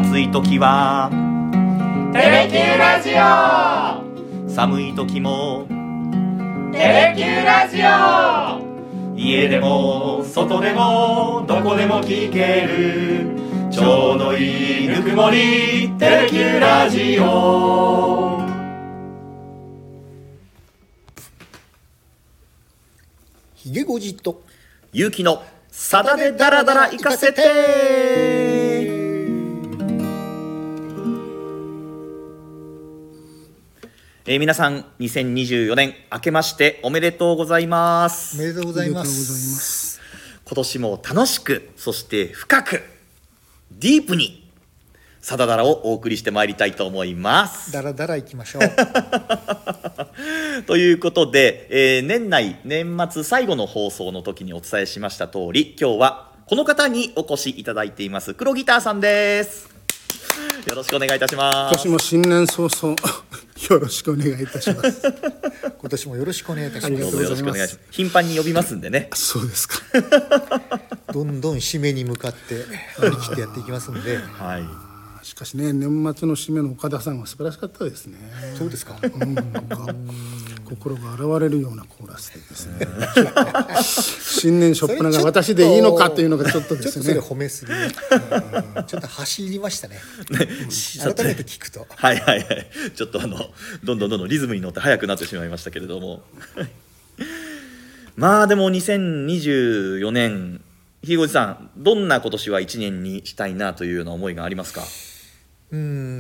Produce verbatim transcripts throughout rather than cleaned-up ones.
暑い時はテレキューラジオ、 寒い時もテレキューラジオ、 家でも外でもどこでも聞けるちょうどいいぬくもりテレキューラジオ。 ひげごじとゆうきのさだでダラダラ行かせて。えー、皆さんにせんにじゅうよねん明けましておめでとうございます。 おめでとうございまありがとうございす。 ます今年も楽しく、そして深くディープにサダダラをお送りしてまいりたいと思います。 だらだらいきましょう。 ということで、えー年内年末最後の放送の時にお伝えしました通り、今日はこの方にお越しいただいています。黒ギターさんです。よろしくお願いいたします。 今年も新年早々よろしくお願いいたします。 今年もよろしくお願いいたします。 ありがとうございますどうぞよろしくお願いします。頻繁に呼びますんでね。 そうですか。 どんどん締めに向かって張り切ってやっていきますので。 はい。 しかしね、年末の締めの岡田さんは素晴らしかったですね。 そうですか。 うん、なんか心が洗われるようなコーラスでですね。新年初っ端が私でいいのかというのがちょっとでちょっとそれすね。 褒めすぎ、うんちょっと走りましたね。改めて聞くと。 はいはいはい。ちょっとあのどんどんどんどんリズムに乗って速くなってしまいましたけれども。まあでもにせんにじゅうよねん、ひいごじさん、どんな今年はいちねんにしたいなというような思いがありますか？ うん、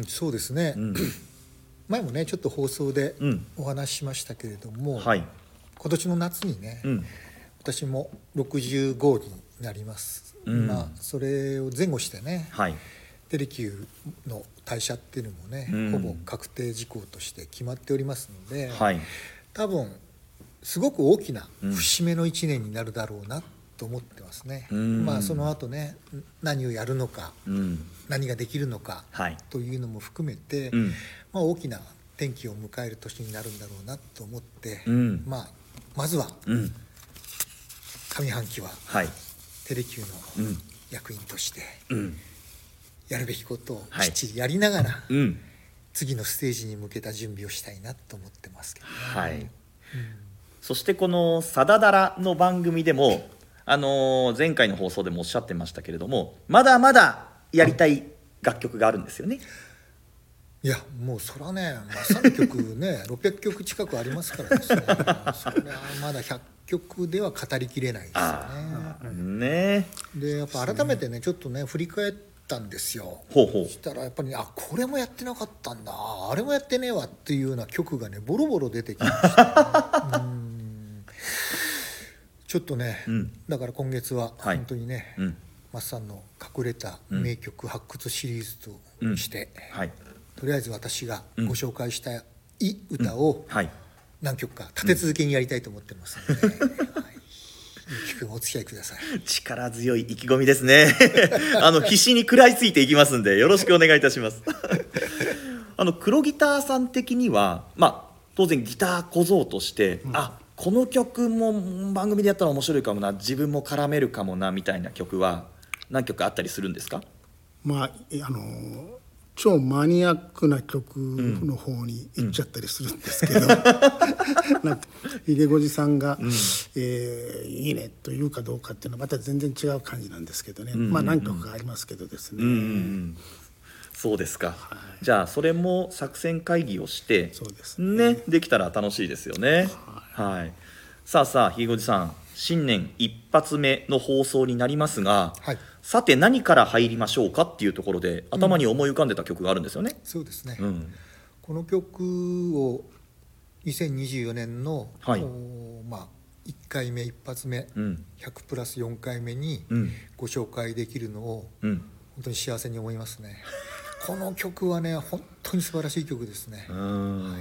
そうですね。 うん、 前もねちょっと放送でうんお話ししましたけれども、 はい。 今年の夏にね、 うん、 私もろくじゅうごになります。 うんまあそれを前後してね、 はい。 テレキューの退社っていうのもね、 うんほぼ確定事項として決まっておりますので、 はい。 多分すごく大きなうん節目のいちねんになるだろうなと思ってますね。 うんまあその後ね何をやるのか、 うん、 何ができるのかはい。 というのも含めて、 うん、 まあ、大きな転機を迎える年になるんだろうなと思って、 うんまあ、まずはうん、 上半期ははい。 テレキューのうん、 役員としてうん、 やるべきことをはいきっちりやりながら、 うん、 次のステージに向けた準備をしたいなと思ってますけどね。 はい。そしてこの「サダダラ」の番組でも、あのー前回の放送でもおっしゃってましたけれども、まだまだやりたい楽曲があるんですよね。 いやもうそらね、まあ、さんきょくねろっぴゃくきょく近くありますからですね、それはまだひゃっきょくでは語りきれないですよああ、 ね。 ね。 でやっぱ改めてねちょっとね振り返ったんですよ。 ほうほうそ。したらやっぱり、あこれもやってなかったんだ、あれもやってねえわっていうような曲がねボロボロ出てきましたね。うんちょっとね、 うんだから今月ははい本当にね、 うん、 マッサンの隠れた名曲発掘シリーズとして、 はい。 とりあえず私がうんご紹介したいい歌をはい。 何曲か立て続けにやりたいと思ってますので、はい、ゆうきくんお付き合いください。 力強い意気込みですね。あの必死に食らいついていきますんでよろしくお願いいたします。あの黒ギターさん的には、まあ当然ギター小僧として、うん、あこの曲も番組でやったら面白いかもな、自分も絡めるかもなみたいな曲は何曲あったりするんですか？ まああの超マニアックな曲の方に行っちゃったりするんですけど、うん、なんかひげごじさんが、うんえー、いいねというかどうかっていうのはまた全然違う感じなんですけどね、うんうんうん、まあ何曲かありますけどですね、 うんうんうん、そうですか、はい、じゃあそれも作戦会議をしてそうですね、 ね、できたら楽しいですよね、はいはい、さあさあひげごじさん、新年一発目の放送になりますが、はい、さて何から入りましょうかっていうところで頭に思い浮かんでた曲があるんですよね、 うん、そうですね、 うん、 この曲をにせんにじゅうよねんの、はいまあ、いっかいめ一発目、うん、ひゃくプラスよんかいめにご紹介できるのを、うん、本当に幸せに思いますね。この曲はね本当に素晴らしい曲ですね、はい、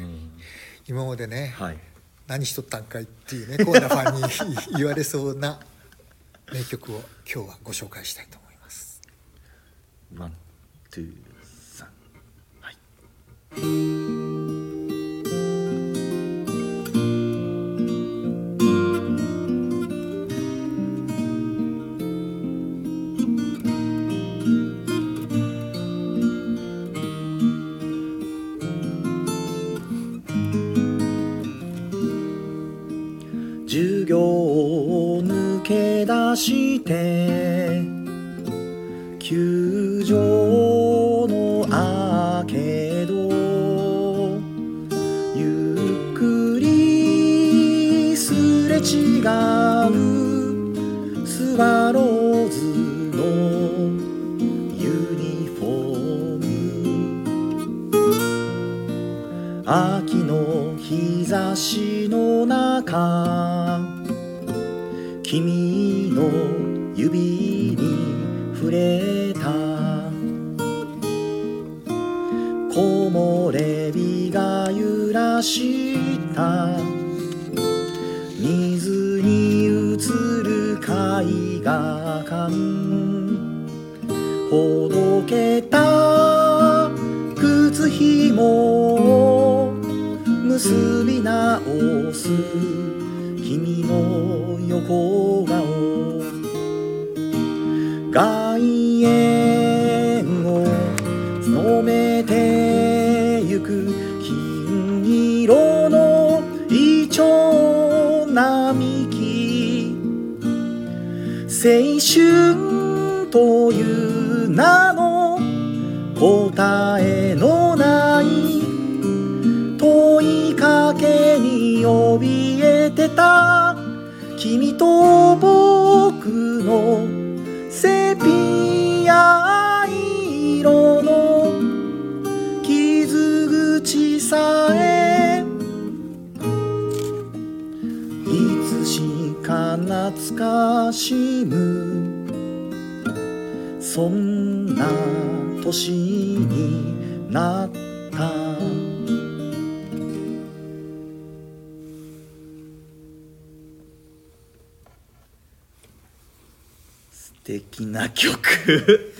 今までね、はい、何しとったんかいっていうねコアなファンに言われそうな名曲を今日はご紹介したいと思います。 ワン、ツー、サン、はい。 して球場のアーケードゆっくりすれ違うスワローズのユニフォーム秋の日差しの中君の指に触れた木漏れ日が揺らした水に映る絵画館ほどけた靴ひもを結び直す君の横顔外苑を染めてゆく金色のイチョウ並木青春という名の答えのない問いかけに怯えてた君と僕のセピア色の傷口さえいつしか懐かしむそんな年になった素敵な曲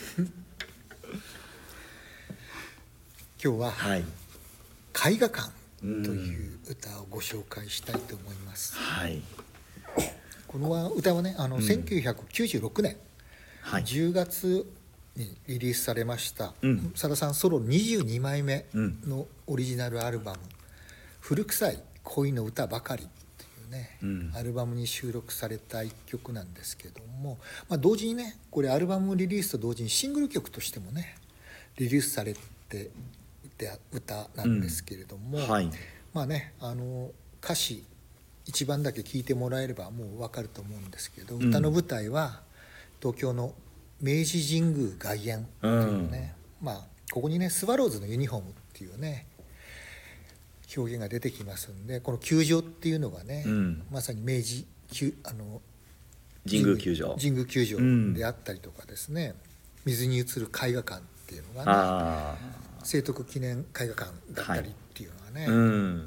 今日ははい絵画館という歌をご紹介したいと思います、 はい、 この歌はねあの、うん、せんきゅうひゃくきゅうじゅうろくねん、はい、じゅうがつにリリースされましたさだ、うん、さんソロにじゅうにまいめのオリジナルアルバム「古臭い恋の歌ばかり」っていうね、うん、アルバムに収録された一曲なんですけども、まあ、同時にねこれアルバムリリースと同時にシングル曲としてもねリリースされて歌なんですけれども、うんはい、まあねあの歌詞一番だけ聞いてもらえればもう分かると思うんですけど、うん、歌の舞台は東京の明治神宮外苑っていうね、うん、まあここにねスワローズのユニフォームっていうね表現が出てきますんでこの球場っていうのがね、うん、まさに明治あの神宮球場神宮球場であったりとかですね、うん、水に映る絵画館っていうのがね聖徳記念絵画館だったりっていうのがね、はいうん、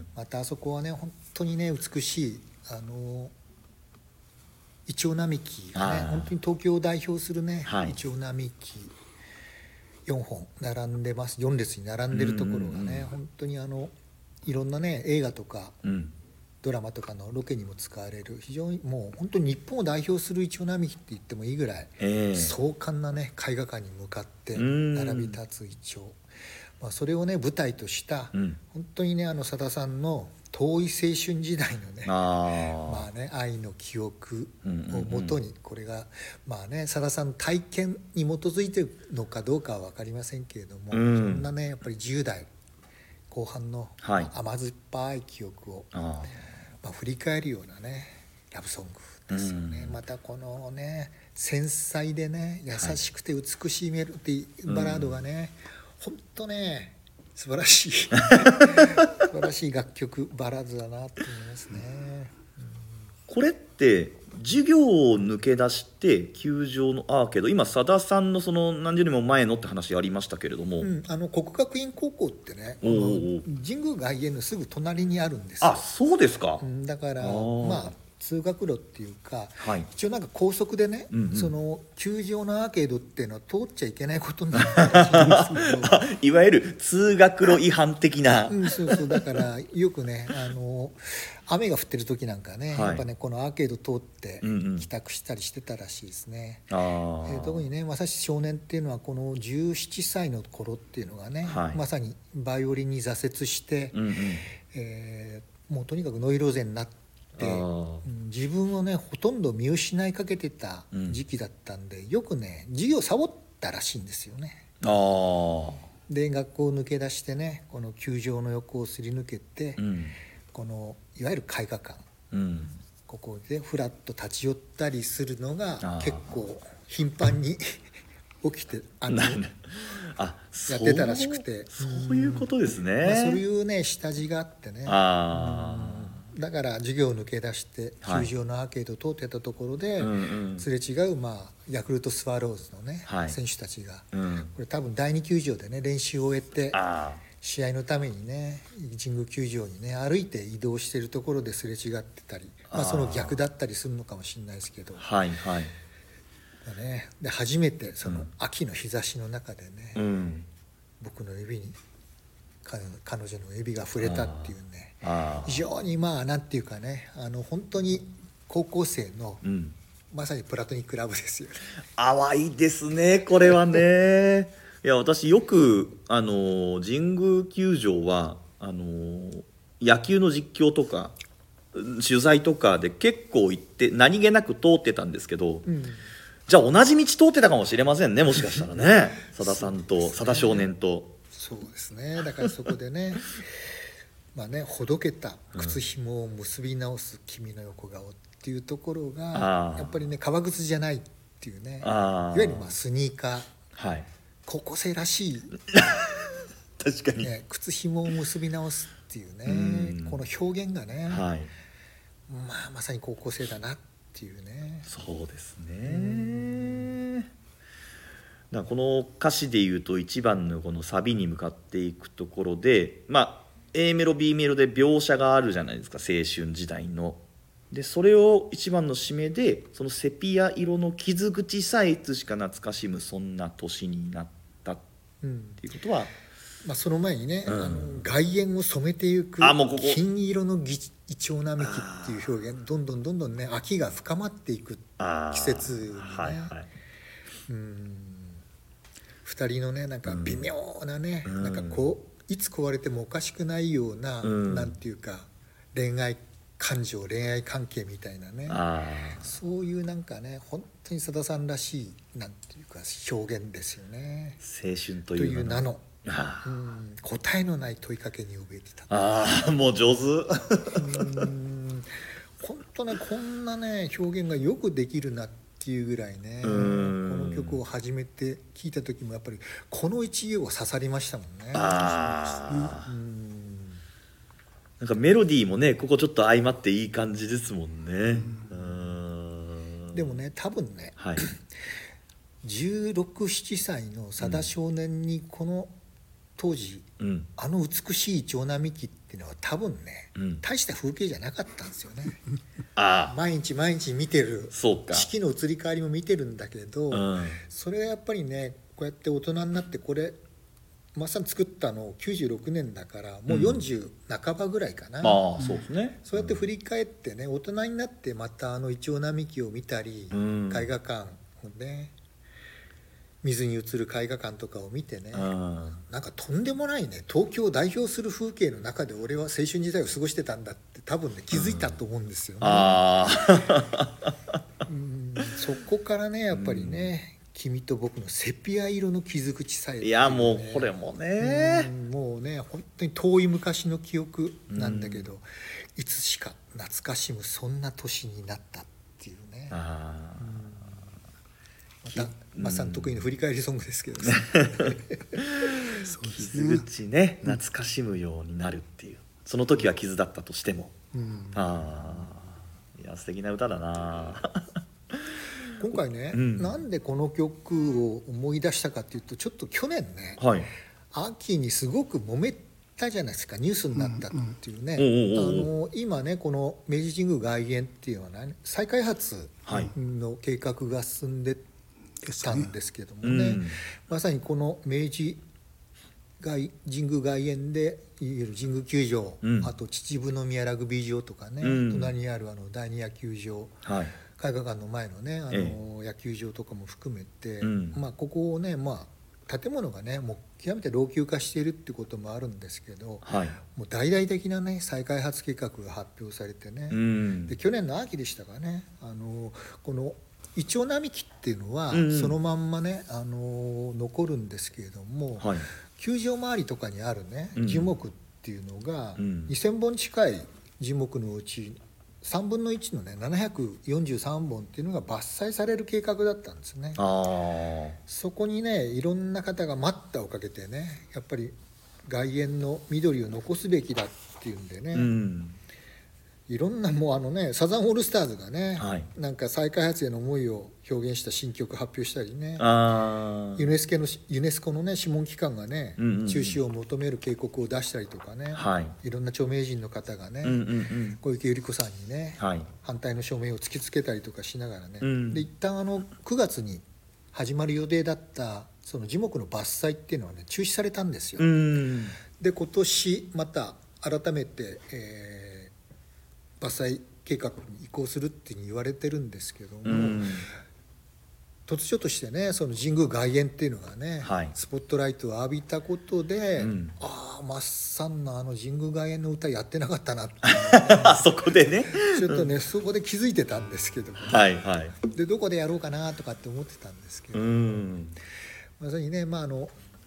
またあそこはね本当にね美しいあのイチョウ並木がね本当に東京を代表するね、はい、イチョウ並木よんほん並んでますよん列に並んでるところがね、うん、本当にあのいろんなね映画とか、うん、ドラマとかのロケにも使われる非常にもう本当に日本を代表するイチョウ並木って言ってもいいぐらい、えー、壮観なね絵画館に向かって並び立つイチョウ、まあ、それをね舞台とした、うん、本当にねあのさださんの遠い青春時代のねあまあね愛の記憶をもとに、うんうんうん、これがまあねさださんの体験に基づいてるのかどうかは分かりませんけれども、うん、そんなねやっぱりじゅう代後半の、はいまあ、甘酸っぱい記憶をあ、まあ、振り返るようなねラブソングですよね、うん、またこのね繊細でね優しくて美しいメロディーバラードがね、うん、ほんとね素晴らしい素晴らしい楽曲バラードだなと思いますね、 うん、これって授業を抜け出して球場のアーケード今さださんのその何十年も前のって話ありましたけれども、 うん、あの国学院高校ってねおお神宮外苑のすぐ隣にあるんですよ。 あそうですか、 うん、だからまあ通学路っていうか、はい、一応なんか高速でね、うんうん、その球場のアーケードっていうのは通っちゃいけないことになってるんですけどいわゆる通学路違反的な、 うん、そうそうだからよくねあの雨が降ってる時なんかね、はい、やっぱねこのアーケード通って帰宅したりしてたらしいですね、うんうんえー、特にねまさし少年っていうのはこのじゅうななさいの頃っていうのがね、はい、まさにバイオリンに挫折して、うんうんえー、もうとにかくノイローゼになってで、うん、自分をねほとんど見失いかけてた時期だったんで、うん、よくね授業サボったらしいんですよね。あで学校を抜け出してねこの球場の横をすり抜けて、うん、このいわゆる絵画館、うん、ここでフラッと立ち寄ったりするのが結構頻繁に起きてあのあやってたらしくて、 そういうことですね、 まあ、そういうね下地があってね、あだから授業を抜け出して球場のアーケードを通ってたところで、はい、すれ違う、まあ、ヤクルトスワローズのね、はい、選手たちが、うん、これ多分だいに球場でね練習を終えて試合のためにね神宮球場にね歩いて移動してるところですれ違ってたり、まあ、その逆だったりするのかもしれないですけど、はいはい、だね、で初めてその秋の日差しの中でね、うん、僕の指に彼女の指が触れたっていうね、非常にまあなんていうかねあの本当に高校生の、うん、まさにプラトニックラブですよね。 淡いですねこれはねいや私よくあの神宮球場はあの野球の実況とか取材とかで結構行って何気なく通ってたんですけど、うん、じゃあ同じ道通ってたかもしれませんねもしかしたらね佐田さんと、ね、佐田少年と。 そうですねだからそこでねまあねほどけた靴紐を結び直す君の横顔っていうところが、うん、やっぱりね革靴じゃないっていうねいわゆるまあスニーカー、はい、高校生らしい確かに、 ね、靴紐を結び直すっていうね、うん、この表現がね、はい、まあ、まさに高校生だなっていうね。 そうですね、うんこの歌詞でいうといちばんのこのサビに向かっていくところで、まあ、A メロ B メロで描写があるじゃないですか青春時代の。でそれをいちばんの締めでそのセピア色の傷口さえいつしか懐かしむそんな年になったっていうことは、うんまあ、その前にね、うん、あの外縁を染めていく金色のイチョウ並木っていう表現どんどんどんどんね秋が深まっていく季節にね、はいはい、うんふたりのねなんか微妙なね、うん、なんかこういつ壊れてもおかしくないような、うん、なんていうか恋愛感情恋愛関係みたいなねそういうなんかね本当にさださんらしいなんていうか表現ですよね。 青春という名の、うん、答えのない問いかけに怯えてた。 ああもう上手うん本当ねこんなね表現がよくできるなっていうぐらいねこの曲を初めて聴いた時もやっぱりこの一行は刺さりましたもんね。あうんなんかメロディーもねここちょっと相まっていい感じですもんね。 うんでもね多分ね、はい、じゅうろく、ななさいのさだ少年にこの当時、うん、あの美しいイチョウ並木っていうのは多分ね、うん、大した風景じゃなかったんですよねあ毎日毎日見てる四季の移り変わりも見てるんだけど、うん、それはやっぱりねこうやって大人になってこれまさに作ったのきゅうじゅうろくねんだからもうよんじゅう半ばぐらいかな、うん、 あそうですね、 そうやって振り返ってね大人になってまたあのイチョウ並木を見たり、うん、絵画館をね水に映る絵画館とかを見てね、うん、なんかとんでもないね東京を代表する風景の中で俺は青春時代を過ごしてたんだって多分ね気づいたと思うんですよね、うん、あうんそこからねやっぱりね、うん、君と僕のセピア色の傷口さえ、ね、 いやもうこれもね、 うん、もうね本当に遠い昔の記憶なんだけど、うん、いつしか懐かしむそんな年になったっていうね。あ、うんまたマッサン得意の振り返りソングですけどねそうですね傷口ね懐かしむようになるっていうその時は傷だったとしても、うん、あいや素敵な歌だな今回ね、うん、なんでこの曲を思い出したかっていうとちょっと去年ね、はい、秋にすごく揉めたじゃないですかニュースになったっていうね、うんうん、あの今ねこの明治神宮外苑っていうのは、ね、再開発の計画が進んでたんですけどもね、うん、まさにこの明治神宮外苑でいわゆる神宮球場、うん、あと秩父宮ラグビー場とかね、うん、隣にあるあの第二野球場、はい、絵画館の前のねあの野球場とかも含めて、うんまあ、ここをね、まあ、 建物がねもう極めて老朽化しているってこともあるんですけど、 はい、 もう大々的なね再開発計画が発表されてね、 うん、 で去年の秋でしたかね、あのこのイチョウ並木っていうのはそのまんまね、あの残るんですけれども、はい、球場周りとかにあるね樹木っていうのがにせんぼん近い樹木のうちさんぶんのいちのねななひゃくよんじゅうさんぼんっていうのが伐採される計画だったんですね。あ、そこにねいろんな方が待ったをかけてね、やっぱり外苑の緑を残すべきだっていうんでね、うん、いろんなもうあのねサザンオールスターズがね、はい、なんか再開発への思いを表現した新曲発表したりね、あユネスケのユネスコのね諮問機関がね、うんうん、中止を求める警告を出したりとかね、はい、いろんな著名人の方がね、うんうんうん、小池百合子さんにね、はい、反対の署名を突きつけたりとかしながらね、うん、で一旦あのくがつに始まる予定だったその樹木の伐採っていうのはね中止されたんですよ。うん、で今年また改めて、えー、伐採計画に移行するっていうふうに言われてるんですけども、うん、突如としてねその神宮外苑っていうのがね、はい、スポットライトを浴びたことで、うん、ああマッサンのあの神宮外苑の歌やってなかったなっていう、ね、 あそこでねちょっとね、うん、そこで気づいてたんですけども、ね、はいはい、でどこでやろうかなとかって思ってたんですけど、うん、まさにね、まあ、あの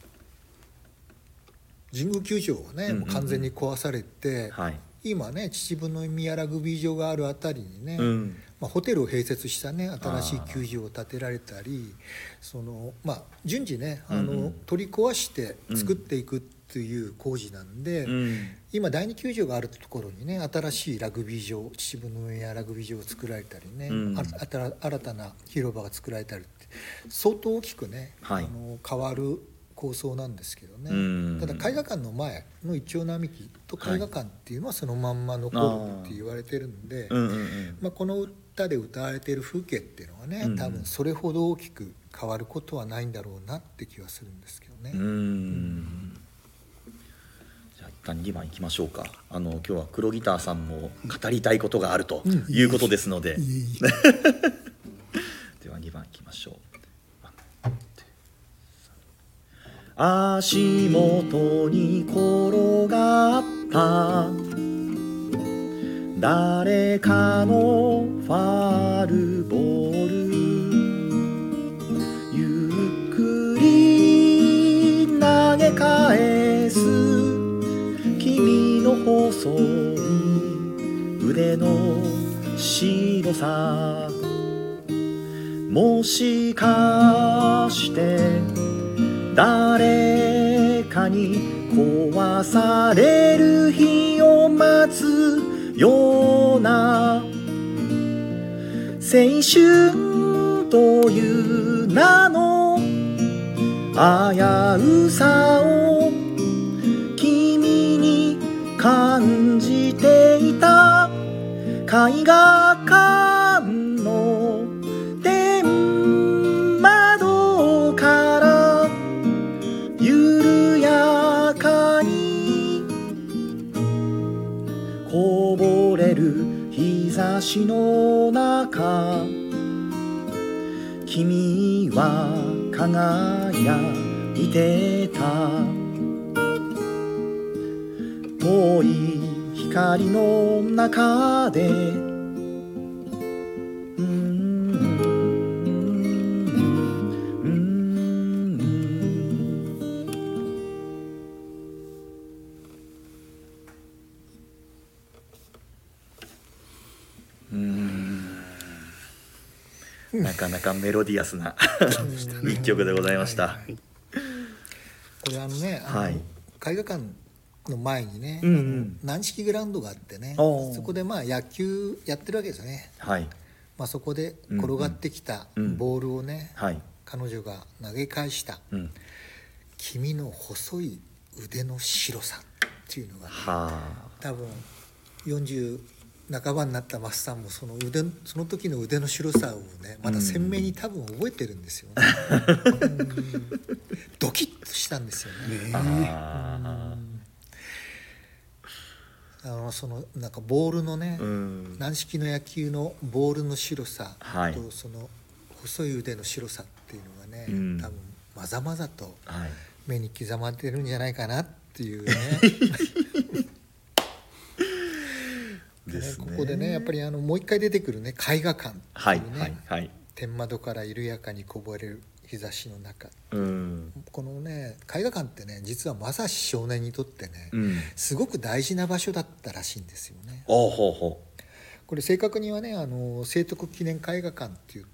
神宮球場はね、うんうんうん、もう完全に壊されて、はい、今ね秩父宮ラグビー場があるあたりにね、うん、まあ、ホテルを併設したね新しい球場を建てられたり、その、まあ、順次ねあの、うんうん、取り壊して作っていくっていう工事なんで、うん、今だいに球場があるところにね新しいラグビー場秩父宮ラグビー場を作られたりね、うん、新たな広場が作られたりって相当大きくね、はい、あの変わる構想なんですけどね、うん、ただ絵画館の前のイチョウ並木と絵画館っていうのはそのまんま残るって言われてるんで、うんうんうん、まあ、この歌で歌われている風景っていうのはね、うん、多分それほど大きく変わることはないんだろうなって気はするんですけどね。うん、うん、 じゃあ一旦にばんいきましょうか。あの今日は黒ギターさんも語りたいことがあるということですので、うん、ではにばんいきましょう。足元に転がった誰かのファルボール、ゆっくり投げ返す君の細い腕の白さ、もしかして誰かに壊される日を待つような青春という名の危うさを君に感じていた。絵画館の天窓から緩やかにこぼれる日差しの中、君は輝いてた。遠い光の中で、なかなかメロディアスな一曲でございました。はいはい、 これあのね、あの、はい、絵画館の前にね、うんうん、軟式グラウンドがあってね、そこでまあ野球やってるわけですよね。はい、まあ、そこで転がってきたボールをね、うんうん、はい、彼女が投げ返した、うん、君の細い腕の白さっていうのが、ね、はあ、多分よんじゅう半ばになったマスさんもその腕、その時の腕の白さをねまだ鮮明に多分覚えてるんですよね。うん、ドキッとしたんですよね。ああのそのなんかボールのね、うん、軟式の野球のボールの白さと、はい、その細い腕の白さっていうのがね、うん、多分まざまざと目に刻まれてるんじゃないかなっていうね。 ですね、 ここでねやっぱりあのもう一回出てくるね絵画館っていうね、 はいはいはい、 天窓から緩やかにこぼれる日差しの中、 うん、 このね絵画館ってね実は正志少年にとってね、うん、すごく大事な場所だったらしいんですよね。 ほうほうほう。 これ正確にはねあの聖徳記念絵画館って言って、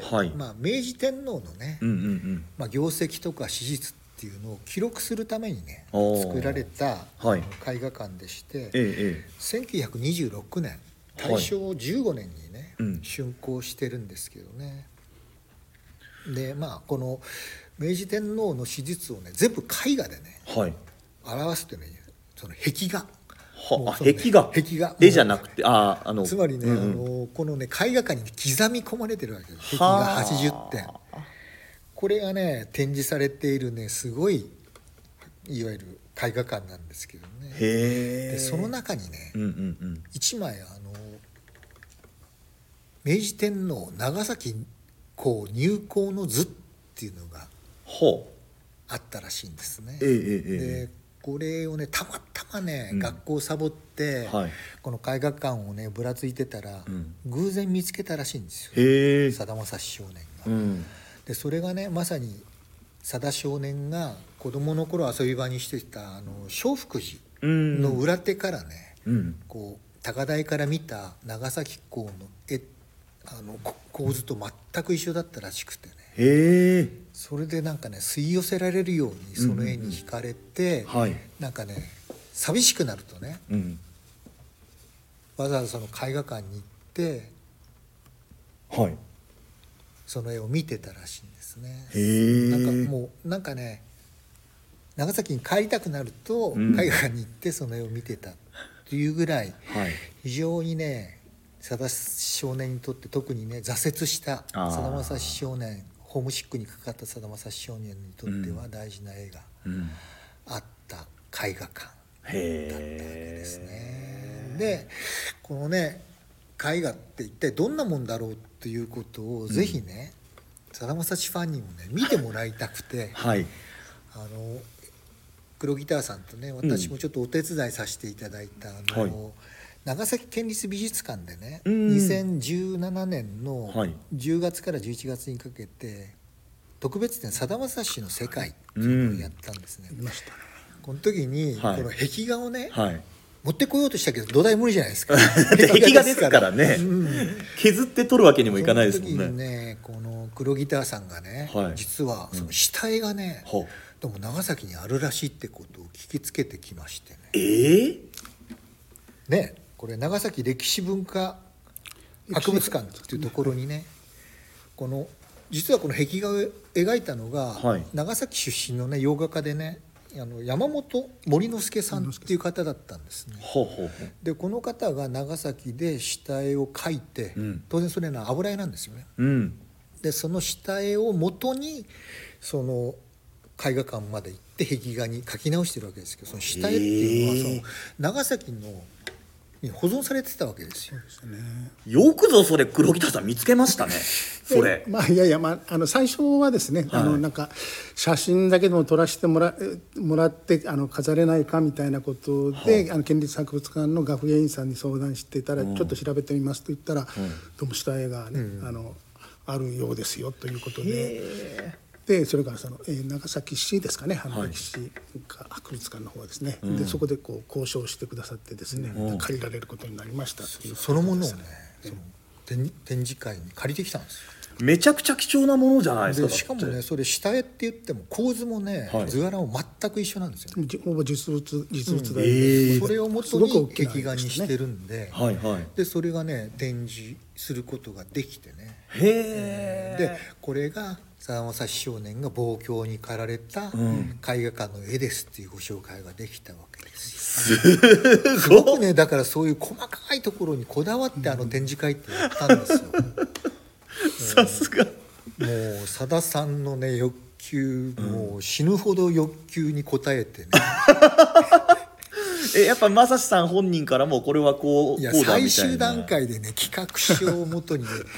はい、まあ、明治天皇のね、うんうんうん、まあ、業績とか史実っていうのを記録するためにね作られた、はい、絵画館でして、ええ、せんきゅうひゃくにじゅうろくねん大正じゅうごねんにね、はい、竣工してるんですけどね。でまあこの明治天皇の史実をね全部絵画でね、はい、表すというねその壁画、 はあ、ね、壁画壁画絵じゃなくてああのつまりね、うん、あのこのね絵画館に刻み込まれてるわけです。壁画はちじゅってん、これがね展示されているねすごいいわゆる絵画館なんですけどね。へでその中にね、うんうんうん、いちまいあの明治天皇長崎港入港の図っていうのがあったらしいんですね。えーえー、でこれをねたまたまね、うん、学校サボって、はい、この絵画館をねぶらついてたら、うん、偶然見つけたらしいんですよ、さだまさし少年が、うん、でそれがねまさにさだ少年が子供の頃遊び場にしてたあの聖福寺の裏手からね、うん、こう高台から見た長崎港の絵あの構図と全く一緒だったらしくてね。へー。それでなんかね吸い寄せられるようにその絵に惹かれて、うんうんうん、なんかね寂しくなるとね、うん、わざわざその絵画館に行って、はい、その絵を見てたらしいんですね。へー。なんかもうなんかね長崎に帰りたくなると、うん、絵画館に行ってその絵を見てたっていうぐらい、はい、非常にねさだ少年にとって特にね挫折したさだまさし少年ホームシックにかかったさだまさし少年にとっては大事な絵があった絵画館だったわけですね。でこのね絵画って一体どんなもんだろうっていうことをぜひねさだまさしファンにもね見てもらいたくて、はい、あの黒ギターさんとね私もちょっとお手伝いさせていただいた、うん、あの、はい、長崎県立美術館でね、うん、にせんじゅうななねんのじゅうがつからじゅういちがつにかけて特別展さだまさしの世界っていうのをやったんですね、うん、この時にこの壁画をね、はい、持ってこようとしたけど土台無理じゃないですか壁画ですからね、うん、削って撮るわけにもいかないですもんね。 その時にねこの黒ギターさんがね、はい、実はその下絵がね、うん、どうも長崎にあるらしいってことを聞きつけてきましてね。えー、ねこれ長崎歴史文化博物館っていうところにねこの実はこの壁画を描いたのが、はい、長崎出身のね洋画家でねあの山本守之助さんっていう方だったんですね。ほうほうほう。でこの方が長崎で下絵を描いて、うん、当然それは油絵なんですよね、うん、でその下絵を元にその絵画館まで行って壁画に描き直してるわけですけどその下絵っていうのはその長崎のに保存されてたわけですよ。そうですね。 よくぞそれ黒木田さん見つけましたね。それ。 まあいやいやまああの最初はですね、はい、あのなんか写真だけでも撮らせてもらもらってあの飾れないかみたいなことで、はい、あの県立博物館の学芸員さんに相談してたら、うん、ちょっと調べてみますと言ったら、うん、どうも下絵がね、うん、あのあるようですよということで。でそれからその、えー、長崎市ですかね、あの歴史博物館の方はですね、はい、でそこでこう交渉してくださってですね、うん、借りられることになりましたという、 そのものをね、その展展示会に借りてきたんですよ。 めちゃくちゃ貴重なものじゃないですか。 でしかもねそれ下絵って言っても構図もね、はい、図柄も全く一緒なんですよ、ね、 ほぼ実物実物大、 うんえー、それを元に壁画にしてるんで、はいはい、でそれがね展示することができてね。へー。でこれがさだまさし少年が望郷に駆られた絵画館の絵ですっていうご紹介ができたわけですよ。すごくねだからそういう細かいところにこだわってあの展示会ってやったんですよ。 さすが。 もうさださんのね欲求もう死ぬほど欲求に応えてね。 えやっぱまさしさん本人からもこれはこういやこうだみたいな最終段階でね企画書をもとに、ねはい、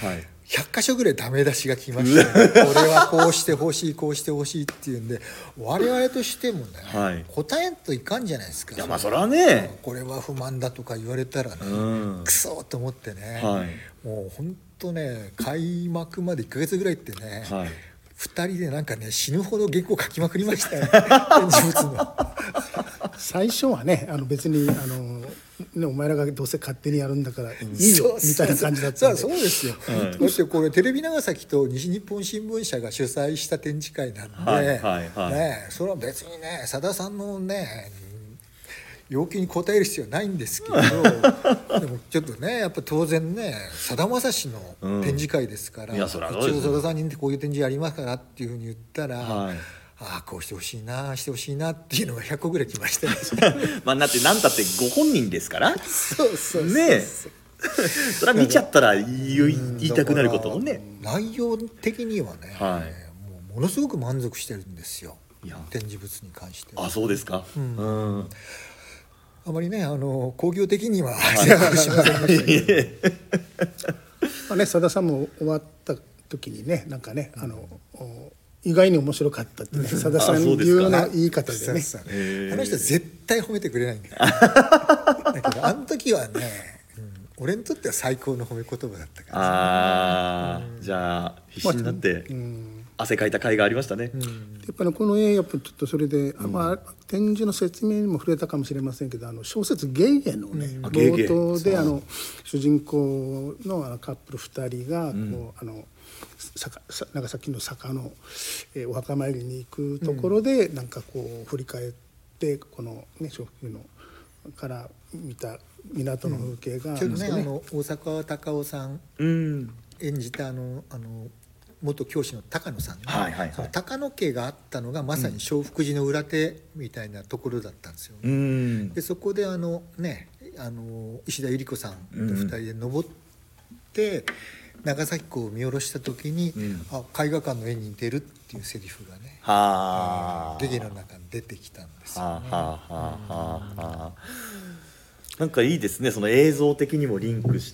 ひゃっかしょぐらいダメ出しが来ましたねこれはこうしてほしいこうしてほしいっていうんで我々としてもね、はい、答えんといかんじゃないですか。 いやまあそれはねこれは不満だとか言われたらね、うん、クソと思ってね、はい、もう本当ね開幕までいっかげつぐらいってね、はい、ふたりでなんかね死ぬほど原稿書きまくりましたよ展示物の最初はねあの別にあのね、お前らがどうせ勝手にやるんだからいいよ、うん、みたいな感じだったんで。 そうですよ、はい、だってこれテレビ長崎と西日本新聞社が主催した展示会なんで、はいはいはいね、それは別にねさださんのね要求に応える必要はないんですけどでもちょっとねやっぱ当然ねさだまさしの展示会ですから、うん、一応さださんにこういう展示ありますからっていうふうに言ったら、はい、ああこうしてほしいなしてほしいなっていうのがひゃっこぐらい来ましたねまあだって何だってご本人ですからそうそうそうねえそれは見ちゃったら言い、言いたくなることもね内容的にはね、はい、もうものすごく満足してるんですよ展示物に関しては。 あそうですか、うんうん、 あまりねあの工業的には成功しませんでしたけどまあねさださんも終わった時にねなんかねあの意外に面白かったってねさださん流の言い方でねあの人絶対褒めてくれないんだよだけどあの時はね、うん、俺にとっては最高の褒め言葉だったから、ね、 あ、うん、じゃあ必死になって、うん、汗かいた甲斐がありましたね、うん、 やっぱりこの絵やっぱちょっとそれで、うんまあ、展示の説明にも触れたかもしれませんけどあの小説「ゲゲ」のね、うん、冒頭であの主人公のあのカップルふたりがこう、うん、あの長崎の坂の、えー、お墓参りに行くところで、うん、なんかこう振り返ってこのね娼婦のから見た港の風景が、 うん、ちょっとねあの大阪隆夫さん、うん、演じたあのあの元教師の高野さんが、はいはいはい、その高野家があったのがまさに聖福寺の裏手みたいなところだったんですよ、うん、でそこであのねあの石田ゆり子さんとふたりで登って、うん長崎港を見下ろした時に、うん、あ絵画館の絵に似てるっていうセリフがねはゲゲの中に出てきたんですよね。ははははなんかいいですねその映像的にもリンクして、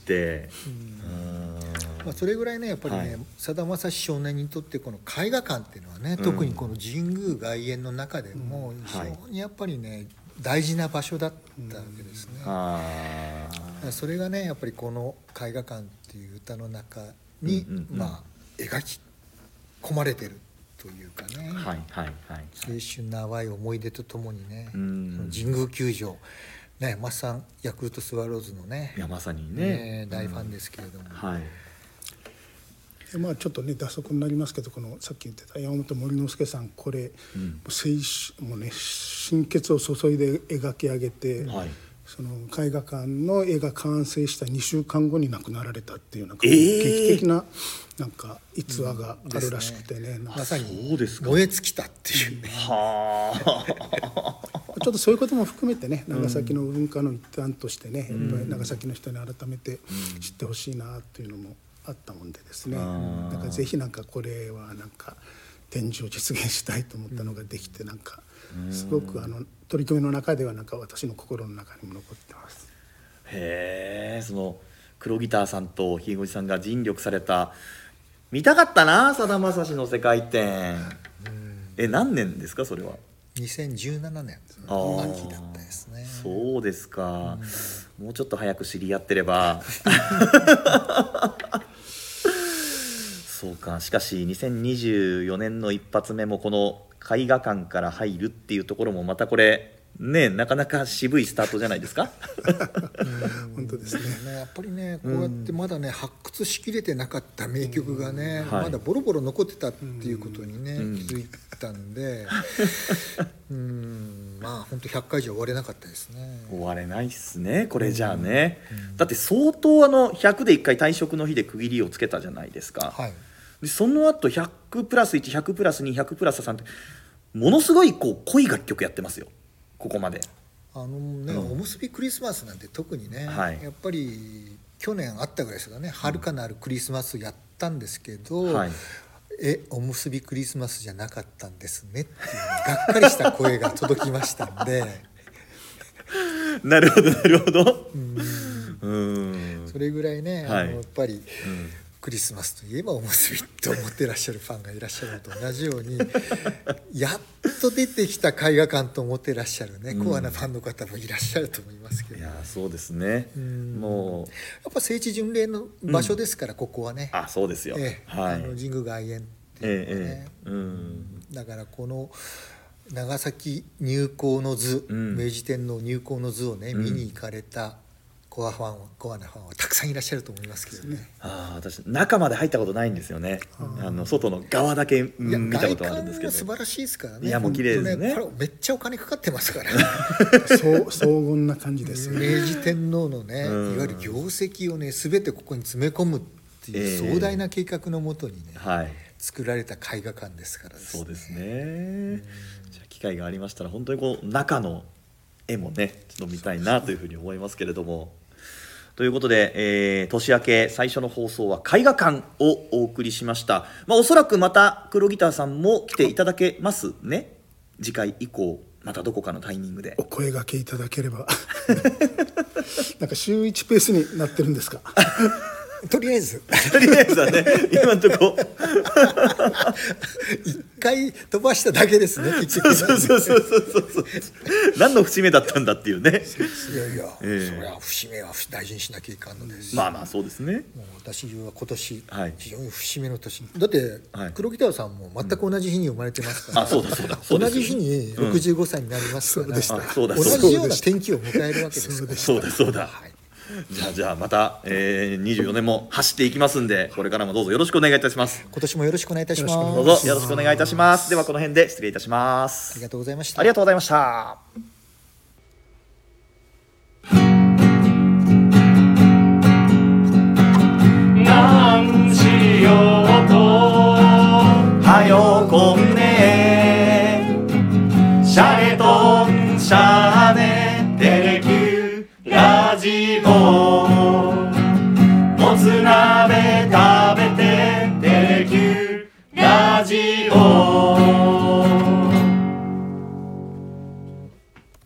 うんまあ、それぐらいねやっぱりねさだまさし少年にとってこの絵画館っていうのはね、うん、特にこの神宮外苑の中でも非常にやっぱりね大事な場所だったわけですね、うん、あそれがねやっぱりこの絵画館っていう歌の中に、うんうんうん、まあ描き込まれてるというかね、はいはいはい、青春淡い思い出とともにね、うん、神宮球場ね松さんヤクルトスワローズのねいやまさにね、 ね大ファンですけれども、うんはいまあ、ちょっとね脱足になりますけどこのさっき言ってた山本守之助さんこれ、うん、青春もうね心血を注いで描き上げて、はい、その絵画館の絵が完成したにしゅうかんごに亡くなられたっていうなんか劇的ななんか逸話があるらしくてね、うん、 まさに燃え尽きたっていうねはちょっとそういうことも含めてね長崎の文化の一端としてね、うん、やっぱり長崎の人に改めて知ってほしいなというのもあったもんでですね、うん、だからぜひなんかこれはなんか展示を実現したいと思ったのができてなんかすごくあの取り組みの中ではなんか私の心の中にも残ってます。 へえその黒ギターさんとひいごじさんが尽力された見たかったなさだまさしの世界展、うん、え何年ですかそれはにせんじゅうななねんの秋だったですね。 そうですか、うん、もうちょっと早く知り合ってればそうかしかしにせんにじゅうよねんの一発目もこの絵画館から入るっていうところもまたこれねなかなか渋いスタートじゃないですか本当ですねやっぱりねこうやってまだね発掘しきれてなかった名曲がね、うん、まだボロボロ残ってたっていうことにね、うん、気づいたんでうんまあ本当ひゃっかいじゃ終われなかったですね。 終われないっすねこれじゃあね、うん、だって相当あのひゃくでいっかい退職の日で区切りをつけたじゃないですか、はい、でその後ひゃくプラスいち、ひゃくプラスに、ひゃくプラスさんってものすごいこう濃い楽曲やってますよここまで。 あのね、うん、おむすびクリスマスなんて特にね、はい、やっぱり去年あったぐらいですかね遥かなるクリスマスやったんですけど、はい、えおむすびクリスマスじゃなかったんですねっていうがっかりした声が届きましたんでなるほどなるほどうんうんそれぐらいね、はい、あのやっぱり、うんクリスマスといえばおむすびと思ってらっしゃるファンがいらっしゃるのと同じようにやっと出てきた絵画館と思ってらっしゃるね、うん、コアなファンの方もいらっしゃると思いますけど、 いやそうですね、うん、もうやっぱ聖地巡礼の場所ですから、うん、ここはね、 あそうですよ、 ええはい、あの神宮外苑っていうのはね、ええうん、だからこの長崎入港の図、うん、明治天皇入港の図をね見に行かれたコアファンコアなファンはたくさんいらっしゃると思いますけどね。 あ私中まで入ったことないんですよね。あの外の側だけ見たことあるんですけど、 素晴らしいですからね。 いやもう綺麗ですね。 これめっちゃお金かかってますからそう荘厳な感じですよね。 明治天皇のね、うん、いわゆる業績をね全てここに詰め込むっていう壮大な計画のもとにね、えーはい、作られた絵画館ですからですね。 そうですね、うん、じゃあ機会がありましたら本当にこう中の絵もねちょっと見たいなというふうに思いますけれども、ということで、えー、年明け最初の放送は絵画館をお送りしました。まあ、おそらくまた黒ギターさんも来ていただけますね。次回以降またどこかのタイミングでお声掛けいただければなんか週いちペースになってるんですかとりあえずとりあえずはね今のとこ一回飛ばしただけですね結局。 そうそうそうそうそう何の節目だったんだっていうね。いやいや、えー、それは節目は大事にしなきゃいかんのです。 まあまあそうですね。 もう私は今年、 はい、 非常に節目の年だって、はい、黒ギターさんも全く同じ日に生まれてますから、 うん、あそうだそうだ同じ日にろくじゅうごさいになりますから、うん、 そうだ同じような転機を迎えるわけですから。 そうだそうだ、はい、じゃあじゃあまた、えー、にじゅうよねんも走っていきますんで、これからもどうぞよろしくお願いいたします。 今年もよろしくお願いいたします。 どうぞよろしくお願いいたします。ではこの辺で失礼いたします。 ありがとうございました。 ありがとうございました。 なんしようとはよこんねシャレとんシャネテレキューラジオ